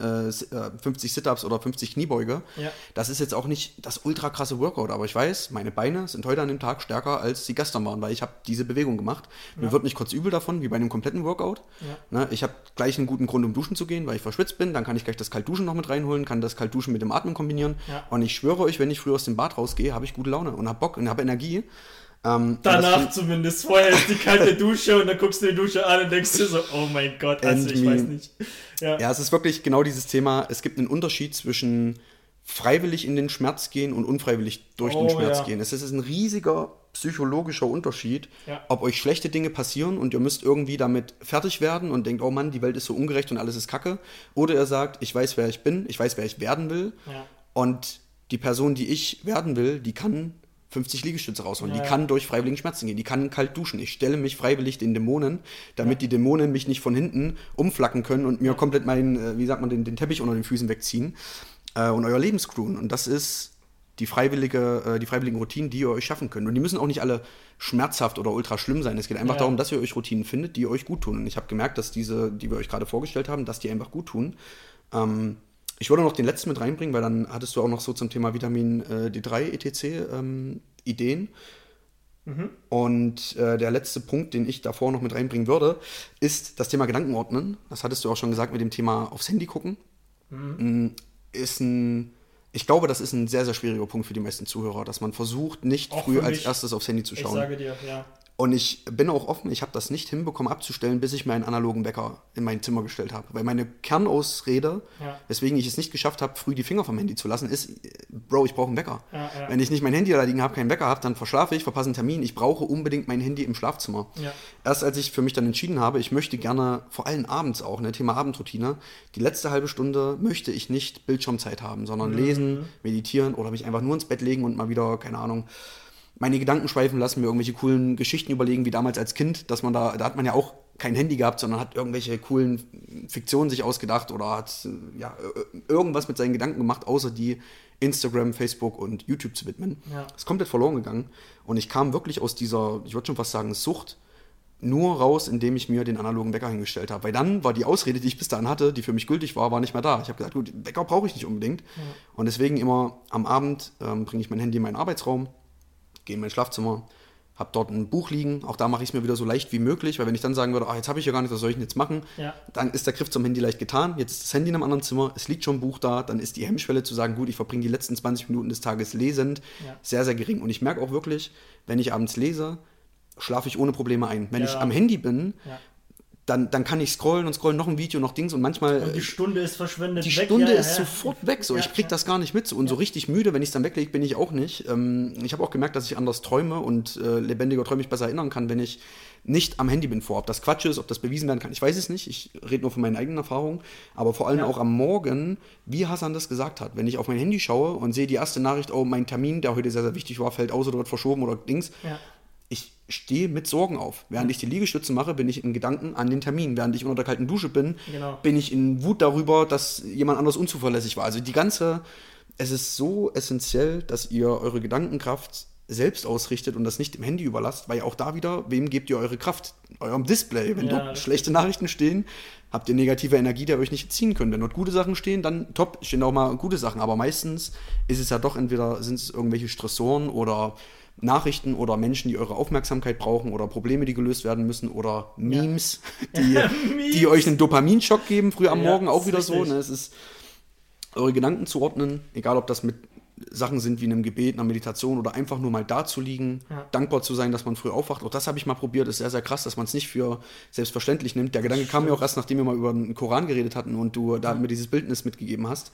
50 Sit-Ups oder 50 Kniebeuge. Ja. Das ist jetzt auch nicht das ultra krasse Workout, aber ich weiß, meine Beine sind heute an dem Tag stärker, als sie gestern waren, weil ich habe diese Bewegung gemacht. Mir wird nicht kurz übel davon, wie bei einem kompletten Workout. Ja. Ne? Ich habe gleich einen guten Grund, um duschen zu gehen, weil ich verschwitzt bin. Dann kann ich gleich das Kaltduschen noch mit reinholen, kann das Kaltduschen mit dem Atmen kombinieren. Ja. Und ich schwöre euch, wenn ich früh aus dem Bad rausgehe, habe ich gute Laune und habe Bock und habe Energie. Danach zumindest. Vorher ist die kalte Dusche und dann guckst du die Dusche an und denkst dir so, oh mein Gott, also ich weiß nicht. Ja, es ist wirklich genau dieses Thema. Es gibt einen Unterschied zwischen freiwillig in den Schmerz gehen und unfreiwillig durch den Schmerz gehen. Es ist ein riesiger psychologischer Unterschied, ob euch schlechte Dinge passieren und ihr müsst irgendwie damit fertig werden und denkt, oh Mann, die Welt ist so ungerecht und alles ist Kacke. Oder ihr sagt, ich weiß, wer ich bin, ich weiß, wer ich werden will und die Person, die ich werden will, die kann 50 Liegestütze rausholen. Die kann durch freiwilligen Schmerzen gehen. Die kann kalt duschen. Ich stelle mich freiwillig den Dämonen, damit die Dämonen mich nicht von hinten umflacken können und mir komplett den Teppich unter den Füßen wegziehen und euer Leben screwen. Und das ist die freiwilligen Routinen, die ihr euch schaffen könnt. Und die müssen auch nicht alle schmerzhaft oder ultra schlimm sein. Es geht einfach darum, dass ihr euch Routinen findet, die euch gut tun. Und ich habe gemerkt, dass diese, die wir euch gerade vorgestellt haben, dass die einfach gut tun. Ich würde noch den letzten mit reinbringen, weil dann hattest du auch noch so zum Thema Vitamin D3 etc. Ideen. Mhm. Und der letzte Punkt, den ich davor noch mit reinbringen würde, ist das Thema Gedankenordnen. Das hattest du auch schon gesagt mit dem Thema aufs Handy gucken. Mhm. Ich glaube, das ist ein sehr, sehr schwieriger Punkt für die meisten Zuhörer, dass man versucht, nicht auch früh als erstes aufs Handy zu schauen. Ich sage dir, ja. Und ich bin auch offen, ich habe das nicht hinbekommen abzustellen, bis ich mir einen analogen Wecker in mein Zimmer gestellt habe. Weil meine Kernausrede, weswegen ich es nicht geschafft habe, früh die Finger vom Handy zu lassen, ist, Bro, ich brauche einen Wecker. Ja. Wenn ich nicht mein Handy da liegen habe, keinen Wecker habe, dann verschlafe ich, verpasse einen Termin. Ich brauche unbedingt mein Handy im Schlafzimmer. Ja. Erst als ich für mich dann entschieden habe, ich möchte gerne, vor allem abends auch, Thema Abendroutine, die letzte halbe Stunde möchte ich nicht Bildschirmzeit haben, sondern lesen, meditieren oder mich einfach nur ins Bett legen und mal wieder, keine Ahnung, meine Gedanken schweifen lassen, mir irgendwelche coolen Geschichten überlegen, wie damals als Kind, dass man da hat man ja auch kein Handy gehabt, sondern hat irgendwelche coolen Fiktionen sich ausgedacht oder hat irgendwas mit seinen Gedanken gemacht, außer die Instagram, Facebook und YouTube zu widmen. Ja. Das ist komplett verloren gegangen und ich kam wirklich aus dieser, ich würde schon fast sagen, Sucht nur raus, indem ich mir den analogen Wecker hingestellt habe. Weil dann war die Ausrede, die ich bis dahin hatte, die für mich gültig war nicht mehr da. Ich habe gesagt, gut, Wecker brauche ich nicht unbedingt. Ja. Und deswegen immer am Abend bringe ich mein Handy in meinen Arbeitsraum, gehe in mein Schlafzimmer, habe dort ein Buch liegen. Auch da mache ich es mir wieder so leicht wie möglich, weil wenn ich dann sagen würde, jetzt habe ich ja gar nichts, was soll ich denn jetzt machen? Ja. Dann ist der Griff zum Handy leicht getan. Jetzt ist das Handy in einem anderen Zimmer, es liegt schon ein Buch da, dann ist die Hemmschwelle zu sagen, gut, ich verbringe die letzten 20 Minuten des Tages lesend, sehr, sehr gering. Und ich merke auch wirklich, wenn ich abends lese, schlafe ich ohne Probleme ein. Wenn ich am Handy bin, dann kann ich scrollen, noch ein Video, noch Dings und manchmal... Und die Stunde ist verschwendet weg. Die Stunde ist sofort weg, so. Ich krieg das gar nicht mit. So. Und so richtig müde, wenn ich es dann weglege, bin ich auch nicht. Ich habe auch gemerkt, dass ich anders träume und lebendiger träume ich besser erinnern kann, wenn ich nicht am Handy bin vor. Ob das Quatsch ist, ob das bewiesen werden kann, ich weiß es nicht. Ich rede nur von meinen eigenen Erfahrungen. Aber vor allem auch am Morgen, wie Hassan das gesagt hat, wenn ich auf mein Handy schaue und sehe die erste Nachricht, oh, mein Termin, der heute sehr, sehr wichtig war, fällt aus oder wird verschoben oder Dings. Ja. Ich stehe mit Sorgen auf. Während ich die Liegestütze mache, bin ich in Gedanken an den Termin. Während ich unter der kalten Dusche bin, bin ich in Wut darüber, dass jemand anders unzuverlässig war. Also es ist so essentiell, dass ihr eure Gedankenkraft selbst ausrichtet und das nicht dem Handy überlasst, weil auch da wieder, wem gebt ihr eure Kraft? Eurem Display. Wenn dort schlechte Nachrichten stehen, habt ihr negative Energie, der euch nicht ziehen könnt. Wenn dort gute Sachen stehen, dann top, stehen auch mal gute Sachen. Aber meistens ist es ja doch entweder sind es irgendwelche Stressoren oder Nachrichten oder Menschen, die eure Aufmerksamkeit brauchen oder Probleme, die gelöst werden müssen oder Memes, die euch einen Dopaminschock geben, früh am Morgen auch wieder so. Ne? Es ist, eure Gedanken zu ordnen, egal ob das mit Sachen sind wie in einem Gebet, einer Meditation oder einfach nur mal da zu liegen, dankbar zu sein, dass man früh aufwacht. Auch das habe ich mal probiert, ist sehr, sehr krass, dass man es nicht für selbstverständlich nimmt. Der Gedanke kam mir auch erst, nachdem wir mal über den Koran geredet hatten und du da mir dieses Bildnis mitgegeben hast.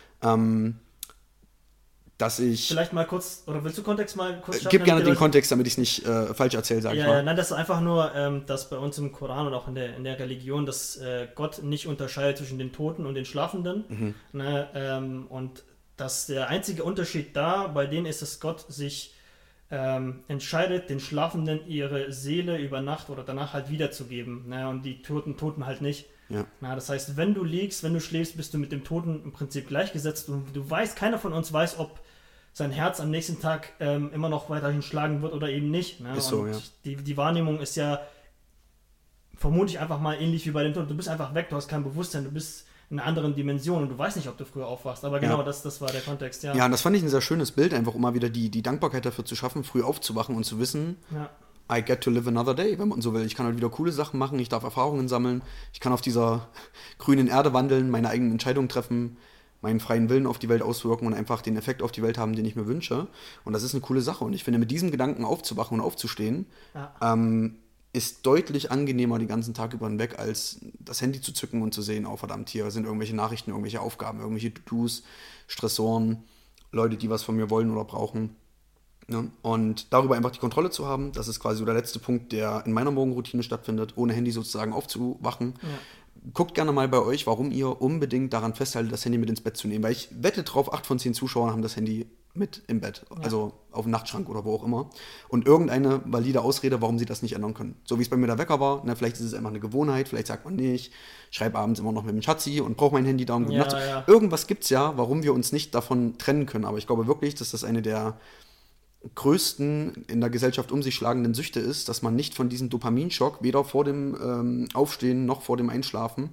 Dass ich... Vielleicht mal kurz, oder willst du Kontext mal kurz schaffen? Gib gerne den Kontext, damit ich es nicht falsch erzähle, sage ich mal. Ja, nein, das ist einfach nur, dass bei uns im Koran und auch in der Religion, dass Gott nicht unterscheidet zwischen den Toten und den Schlafenden. Ne, und dass der einzige Unterschied da bei denen ist, dass Gott sich entscheidet, den Schlafenden ihre Seele über Nacht oder danach halt wiederzugeben. Ne, und die Toten halt nicht. Ja. Na, das heißt, wenn du schläfst, bist du mit dem Toten im Prinzip gleichgesetzt und du weißt, keiner von uns weiß, ob sein Herz am nächsten Tag immer noch weiterhin schlagen wird oder eben nicht. Ne? Ist so, und ja. Die Wahrnehmung ist ja vermutlich einfach mal ähnlich wie bei dem Tod. Du bist einfach weg, du hast kein Bewusstsein, du bist in einer anderen Dimension und du weißt nicht, ob du früher aufwachst. Aber genau, das war der Kontext, ja. Ja, und das fand ich ein sehr schönes Bild, einfach um mal wieder die Dankbarkeit dafür zu schaffen, früh aufzuwachen und zu wissen, I get to live another day, wenn man so will. Ich kann halt wieder coole Sachen machen, ich darf Erfahrungen sammeln, ich kann auf dieser grünen Erde wandeln, meine eigenen Entscheidungen treffen, meinen freien Willen auf die Welt auswirken und einfach den Effekt auf die Welt haben, den ich mir wünsche. Und das ist eine coole Sache. Und ich finde, mit diesem Gedanken aufzuwachen und aufzustehen, ist deutlich angenehmer den ganzen Tag über hinweg, als das Handy zu zücken und zu sehen, oh verdammt, hier sind irgendwelche Nachrichten, irgendwelche Aufgaben, irgendwelche To-Dos, Stressoren, Leute, die was von mir wollen oder brauchen. Ja, und darüber einfach die Kontrolle zu haben, das ist quasi so der letzte Punkt, der in meiner Morgenroutine stattfindet, ohne Handy sozusagen aufzuwachen. Ja. Guckt gerne mal bei euch, warum ihr unbedingt daran festhaltet, das Handy mit ins Bett zu nehmen. Weil ich wette drauf, 8 von 10 Zuschauern haben das Handy mit im Bett. Ja. Also auf dem Nachtschrank oder wo auch immer. Und irgendeine valide Ausrede, warum sie das nicht ändern können. So wie es bei mir der Wecker war. Na, vielleicht ist es einfach eine Gewohnheit. Vielleicht sagt man nicht, ich schreibe abends immer noch mit dem Schatzi und brauche mein Handy da um gute Nacht. Ja. Irgendwas gibt es ja, warum wir uns nicht davon trennen können. Aber ich glaube wirklich, dass das eine der größten in der Gesellschaft um sich schlagenden Süchte ist, dass man nicht von diesem Dopaminschock weder vor dem Aufstehen noch vor dem Einschlafen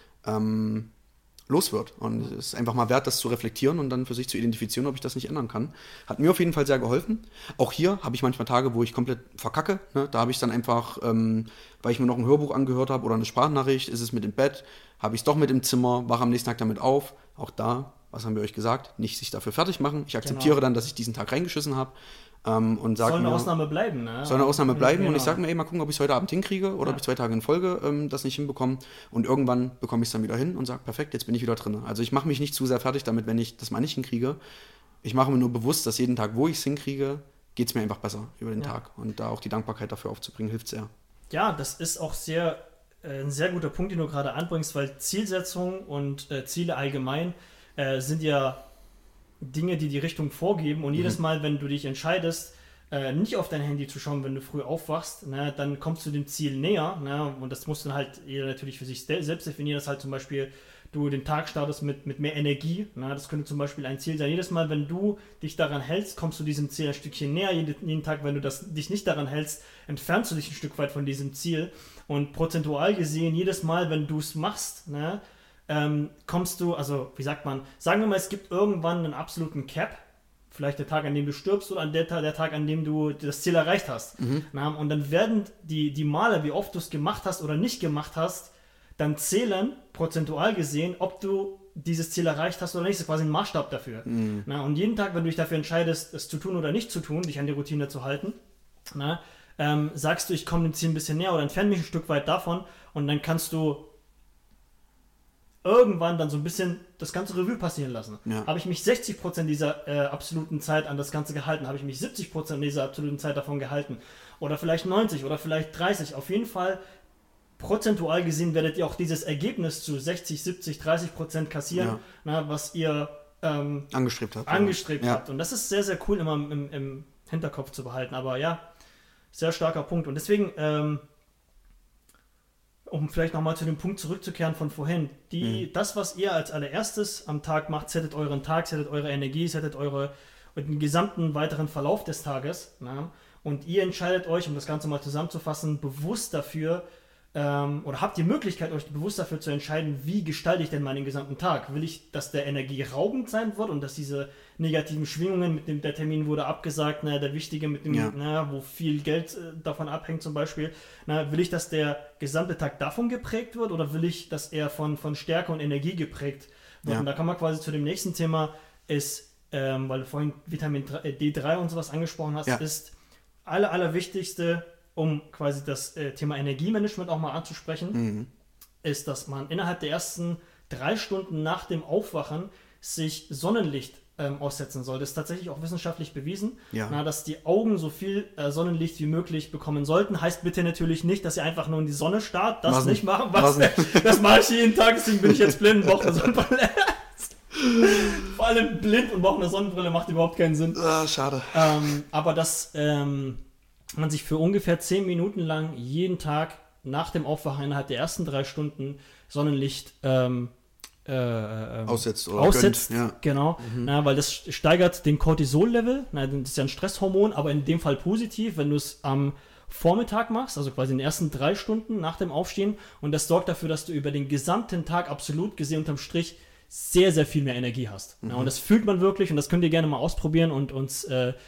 los wird. Und es ist einfach mal wert, das zu reflektieren und dann für sich zu identifizieren, ob ich das nicht ändern kann. Hat mir auf jeden Fall sehr geholfen. Auch hier habe ich manchmal Tage, wo ich komplett verkacke. Ne? Da habe ich dann einfach, weil ich mir noch ein Hörbuch angehört habe oder eine Sprachnachricht, ist es mit im Bett, habe ich es doch mit im Zimmer, wache am nächsten Tag damit auf. Auch da, was haben wir euch gesagt? Nicht sich dafür fertig machen. Ich akzeptiere dann, dass ich diesen Tag reingeschissen habe. Und sag soll eine mir, Ausnahme bleiben, ne? Soll eine Ausnahme bleiben und ich sage mir, ey, mal gucken, ob ich es heute Abend hinkriege oder ob ich 2 Tage in Folge das nicht hinbekomme und irgendwann bekomme ich es dann wieder hin und sage, perfekt, jetzt bin ich wieder drin. Also ich mache mich nicht zu sehr fertig damit, wenn ich das mal nicht hinkriege. Ich mache mir nur bewusst, dass jeden Tag, wo ich es hinkriege, geht es mir einfach besser über den Tag und da auch die Dankbarkeit dafür aufzubringen, hilft sehr. Ja, das ist auch ein sehr guter Punkt, den du gerade anbringst, weil Zielsetzung und Ziele allgemein sind ja Dinge, die Richtung vorgeben und jedes Mal, wenn du dich entscheidest, nicht auf dein Handy zu schauen, wenn du früh aufwachst, ne, dann kommst du dem Ziel näher, ne, und das muss dann halt jeder natürlich für sich selbst definieren, dass halt zum Beispiel du den Tag startest mit mehr Energie, ne, das könnte zum Beispiel ein Ziel sein. Jedes Mal, wenn du dich daran hältst, kommst du diesem Ziel ein Stückchen näher, jeden Tag, wenn du dich nicht daran hältst, entfernst du dich ein Stück weit von diesem Ziel und prozentual gesehen, jedes Mal, wenn du es machst, ne, kommst du, also wie sagt man, sagen wir mal, es gibt irgendwann einen absoluten Cap, vielleicht der Tag, an dem du stirbst oder der Tag, an dem du das Ziel erreicht hast. Und dann werden die Male, wie oft du es gemacht hast oder nicht gemacht hast, dann zählen, prozentual gesehen, ob du dieses Ziel erreicht hast oder nicht. Das ist quasi ein Maßstab dafür. Und jeden Tag, wenn du dich dafür entscheidest, es zu tun oder nicht zu tun, dich an die Routine zu halten, sagst du, ich komme dem Ziel ein bisschen näher oder entferne mich ein Stück weit davon und dann kannst du irgendwann dann so ein bisschen das ganze Revue passieren lassen. Ja. Habe ich mich 60% dieser absoluten Zeit an das Ganze gehalten? Habe ich mich 70% dieser absoluten Zeit davon gehalten? Oder vielleicht 90 oder vielleicht 30? Auf jeden Fall, prozentual gesehen, werdet ihr auch dieses Ergebnis zu 60, 70, 30% kassieren, was ihr angestrebt habt. Und das ist sehr, sehr cool immer im Hinterkopf zu behalten. Aber ja, sehr starker Punkt. Und deswegen um vielleicht nochmal zu dem Punkt zurückzukehren von vorhin, das, was ihr als allererstes am Tag macht, settet euren Tag, settet eure Energie, settet den gesamten weiteren Verlauf des Tages. Na? Und ihr entscheidet euch, um das Ganze mal zusammenzufassen, bewusst dafür, oder habt die Möglichkeit, euch bewusst dafür zu entscheiden, wie gestalte ich denn meinen gesamten Tag? Will ich, dass der energieraubend sein wird und dass diese negativen Schwingungen, der Termin wurde abgesagt, der wichtige mit dem, wo viel Geld davon abhängt zum Beispiel, will ich, dass der gesamte Tag davon geprägt wird oder will ich, dass er von Stärke und Energie geprägt wird? Und da kann man quasi zu dem nächsten Thema, ist weil du vorhin Vitamin D3 und sowas angesprochen hast, Ja. ist allerwichtigste, um quasi das Thema Energiemanagement auch mal anzusprechen, ist, dass man innerhalb der ersten 3 Stunden nach dem Aufwachen sich Sonnenlicht aussetzen soll. Das ist tatsächlich auch wissenschaftlich bewiesen, dass die Augen so viel Sonnenlicht wie möglich bekommen sollten. Heißt bitte natürlich nicht, dass ihr einfach nur in die Sonne starrt. Das nicht machen. Das mache ich jeden Tag, deswegen bin ich jetzt blind und brauche eine Sonnenbrille. Vor allem blind und brauche eine Sonnenbrille macht überhaupt keinen Sinn. Schade. Aber dass man sich für ungefähr 10 Minuten lang jeden Tag nach dem Aufwachen innerhalb der ersten 3 Stunden Sonnenlicht aussetzt. Gönnt, genau, weil das steigert den Cortisol-Level, das ist ja ein Stresshormon, aber in dem Fall positiv, wenn du es am Vormittag machst, also quasi in den ersten 3 Stunden nach dem Aufstehen, und das sorgt dafür, dass du über den gesamten Tag absolut gesehen unterm Strich sehr, sehr viel mehr Energie hast. Und das fühlt man wirklich, und das könnt ihr gerne mal ausprobieren und uns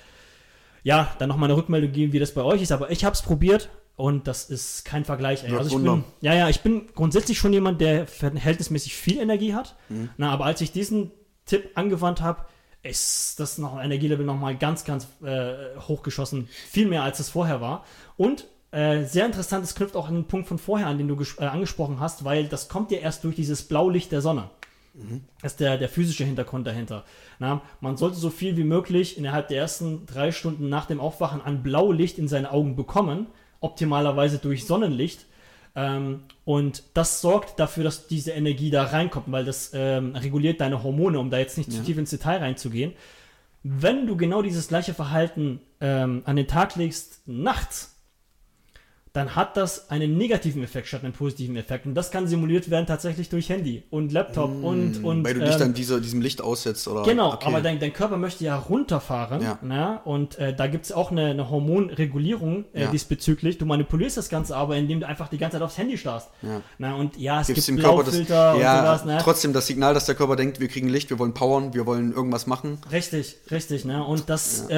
dann nochmal eine Rückmeldung geben, wie das bei euch ist, aber ich habe es probiert. Und das ist kein Vergleich. Ey. Also ich bin grundsätzlich schon jemand, der verhältnismäßig viel Energie hat. Aber als ich diesen Tipp angewandt habe, ist das Energielevel nochmal ganz, ganz hochgeschossen. Viel mehr, als es vorher war. Und sehr interessant, es knüpft auch an den Punkt von vorher an, den du angesprochen hast, weil das kommt ja erst durch dieses Blaulicht der Sonne. Das ist der physische Hintergrund dahinter. Man sollte so viel wie möglich innerhalb der ersten 3 Stunden nach dem Aufwachen an Blaulicht in seine Augen bekommen. Optimalerweise durch Sonnenlicht, und das sorgt dafür, dass diese Energie da reinkommt, weil das reguliert deine Hormone, um da jetzt nicht zu tief ins Detail reinzugehen. Wenn du genau dieses gleiche Verhalten an den Tag legst nachts, dann hat das einen negativen Effekt statt einen positiven Effekt. Und das kann simuliert werden tatsächlich durch Handy und Laptop und weil du dich dann diesem Licht aussetzt, oder? Genau, okay. Aber dein Körper möchte ja runterfahren. Und da gibt es auch eine Hormonregulierung diesbezüglich. Du manipulierst das Ganze aber, indem du einfach die ganze Zeit aufs Handy starrst. Es gibt Blaufilter und sowas. Trotzdem das Signal, dass der Körper denkt, wir kriegen Licht, wir wollen powern, wir wollen irgendwas machen. Richtig. Und das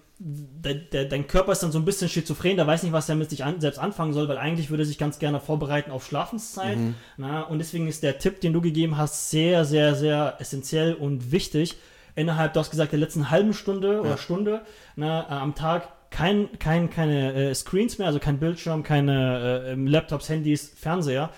dein Körper ist dann so ein bisschen schizophren, der weiß nicht, was er mit sich selbst anfangen soll, weil eigentlich würde er sich ganz gerne vorbereiten auf Schlafenszeit. Und deswegen ist der Tipp, den du gegeben hast, sehr, sehr, sehr essentiell und wichtig. Innerhalb, du hast gesagt, der letzten halben Stunde oder Stunde am Tag keine Screens mehr, also kein Bildschirm, keine Laptops, Handys, Fernseher.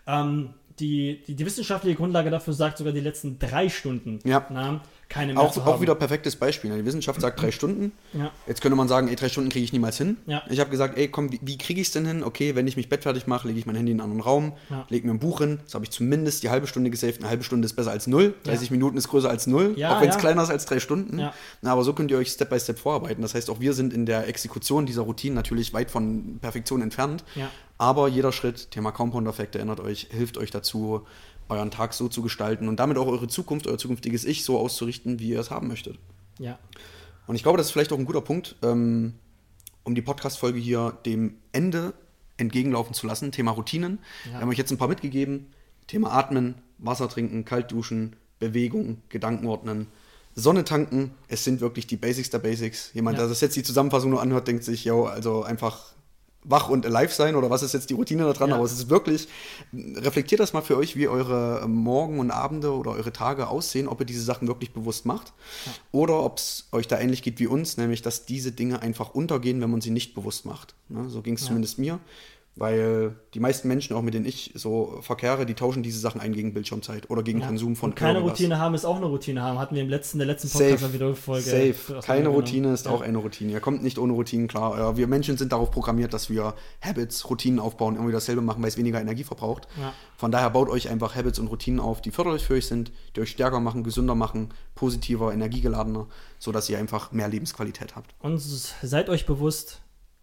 Die wissenschaftliche Grundlage dafür sagt sogar die letzten 3 Stunden. Keine mehr zu haben. Auch wieder perfektes Beispiel. Die Wissenschaft sagt 3 Stunden. Jetzt könnte man sagen, 3 Stunden kriege ich niemals hin. Ich habe gesagt, komm, wie kriege ich es denn hin? Okay, wenn ich mich bettfertig mache, lege ich mein Handy in einen anderen Raum, lege mir ein Buch hin. Das habe ich zumindest die halbe Stunde gesaved. Eine halbe Stunde ist besser als 0. 30 Minuten ist größer als 0, auch wenn es kleiner ist als 3 Stunden. Aber so könnt ihr euch Step by Step vorarbeiten. Das heißt, auch wir sind in der Exekution dieser Routinen natürlich weit von Perfektion entfernt. Aber jeder Schritt, Thema Compound-Effekt, erinnert euch, hilft euch dazu, euren Tag so zu gestalten und damit auch eure Zukunft, euer zukünftiges Ich so auszurichten, wie ihr es haben möchtet. Und ich glaube, das ist vielleicht auch ein guter Punkt, um die Podcast-Folge hier dem Ende entgegenlaufen zu lassen. Thema Routinen. Wir haben euch jetzt ein paar mitgegeben. Thema Atmen, Wasser trinken, kalt duschen, Bewegung, Gedanken ordnen, Sonne tanken. Es sind wirklich die Basics der Basics. Jemand, der das jetzt die Zusammenfassung nur anhört, denkt sich, also einfach wach und alive sein, oder was ist jetzt die Routine da dran, aber es ist wirklich, reflektiert das mal für euch, wie eure Morgen und Abende oder eure Tage aussehen, ob ihr diese Sachen wirklich bewusst macht oder ob es euch da ähnlich geht wie uns, nämlich, dass diese Dinge einfach untergehen, wenn man sie nicht bewusst macht. So ging es zumindest mir. Weil die meisten Menschen, auch mit denen ich so verkehre, die tauschen diese Sachen ein gegen Bildschirmzeit oder gegen Konsum von keine Routine haben ist auch eine Routine haben. Hatten wir in der letzten Podcast-Folge. Safe. Keine Routine ist auch eine Routine. Ihr kommt nicht ohne Routinen klar. Wir Menschen sind darauf programmiert, dass wir Habits, Routinen aufbauen, irgendwie dasselbe machen, weil es weniger Energie verbraucht. Von daher baut euch einfach Habits und Routinen auf, die förderlich für euch sind, die euch stärker machen, gesünder machen, positiver, energiegeladener, sodass ihr einfach mehr Lebensqualität habt. Und seid euch bewusst,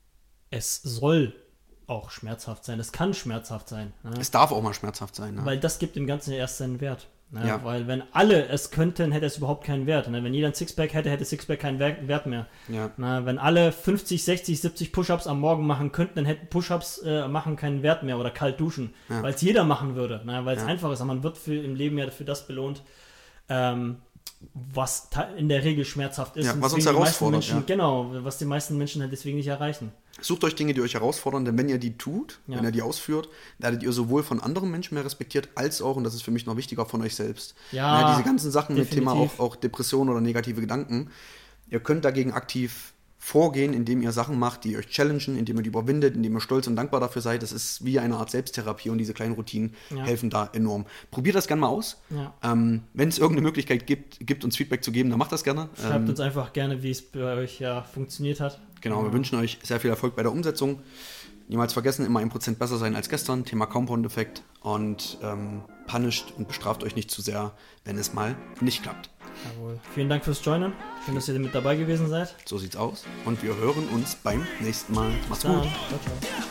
es soll auch schmerzhaft sein. Es kann schmerzhaft sein. Es darf auch mal schmerzhaft sein. Weil das gibt dem Ganzen erst seinen Wert. Weil wenn alle es könnten, hätte es überhaupt keinen Wert. Wenn jeder ein Sixpack hätte Sixpack keinen Wert mehr. Wenn alle 50, 60, 70 Push-Ups am Morgen machen könnten, dann hätten Push-Ups machen keinen Wert mehr oder kalt duschen. Weil es jeder machen würde. Weil es einfach ist. Aber man wird im Leben ja für das belohnt, was in der Regel schmerzhaft ist. Ja, und was uns deswegen die herausfordert, meisten Menschen, Genau, was die meisten Menschen halt deswegen nicht erreichen. Sucht euch Dinge, die euch herausfordern, denn wenn ihr die tut, Ja. wenn ihr die ausführt, werdet ihr sowohl von anderen Menschen mehr respektiert, als auch, und das ist für mich noch wichtiger, von euch selbst. Ja, diese ganzen Sachen mit Thema definitiv. auch Depressionen oder negative Gedanken, ihr könnt dagegen aktiv vorgehen, indem ihr Sachen macht, die euch challengen, indem ihr die überwindet, indem ihr stolz und dankbar dafür seid. Das ist wie eine Art Selbsttherapie und diese kleinen Routinen Ja. helfen da enorm. Probiert das gerne mal aus. Ja. Wenn es irgendeine Möglichkeit gibt, uns Feedback zu geben, dann macht das gerne. Schreibt uns einfach gerne, wie es bei euch ja funktioniert hat. Genau, wir wünschen euch sehr viel Erfolg bei der Umsetzung. Niemals vergessen, immer 1% besser sein als gestern. Thema Compound-Effekt. Und punisht und bestraft euch nicht zu sehr, wenn es mal nicht klappt. Jawohl. Vielen Dank fürs Joinen. Schön, dass ihr mit dabei gewesen seid. So sieht's aus. Und wir hören uns beim nächsten Mal. Macht's Dann. gut. Ciao, ciao.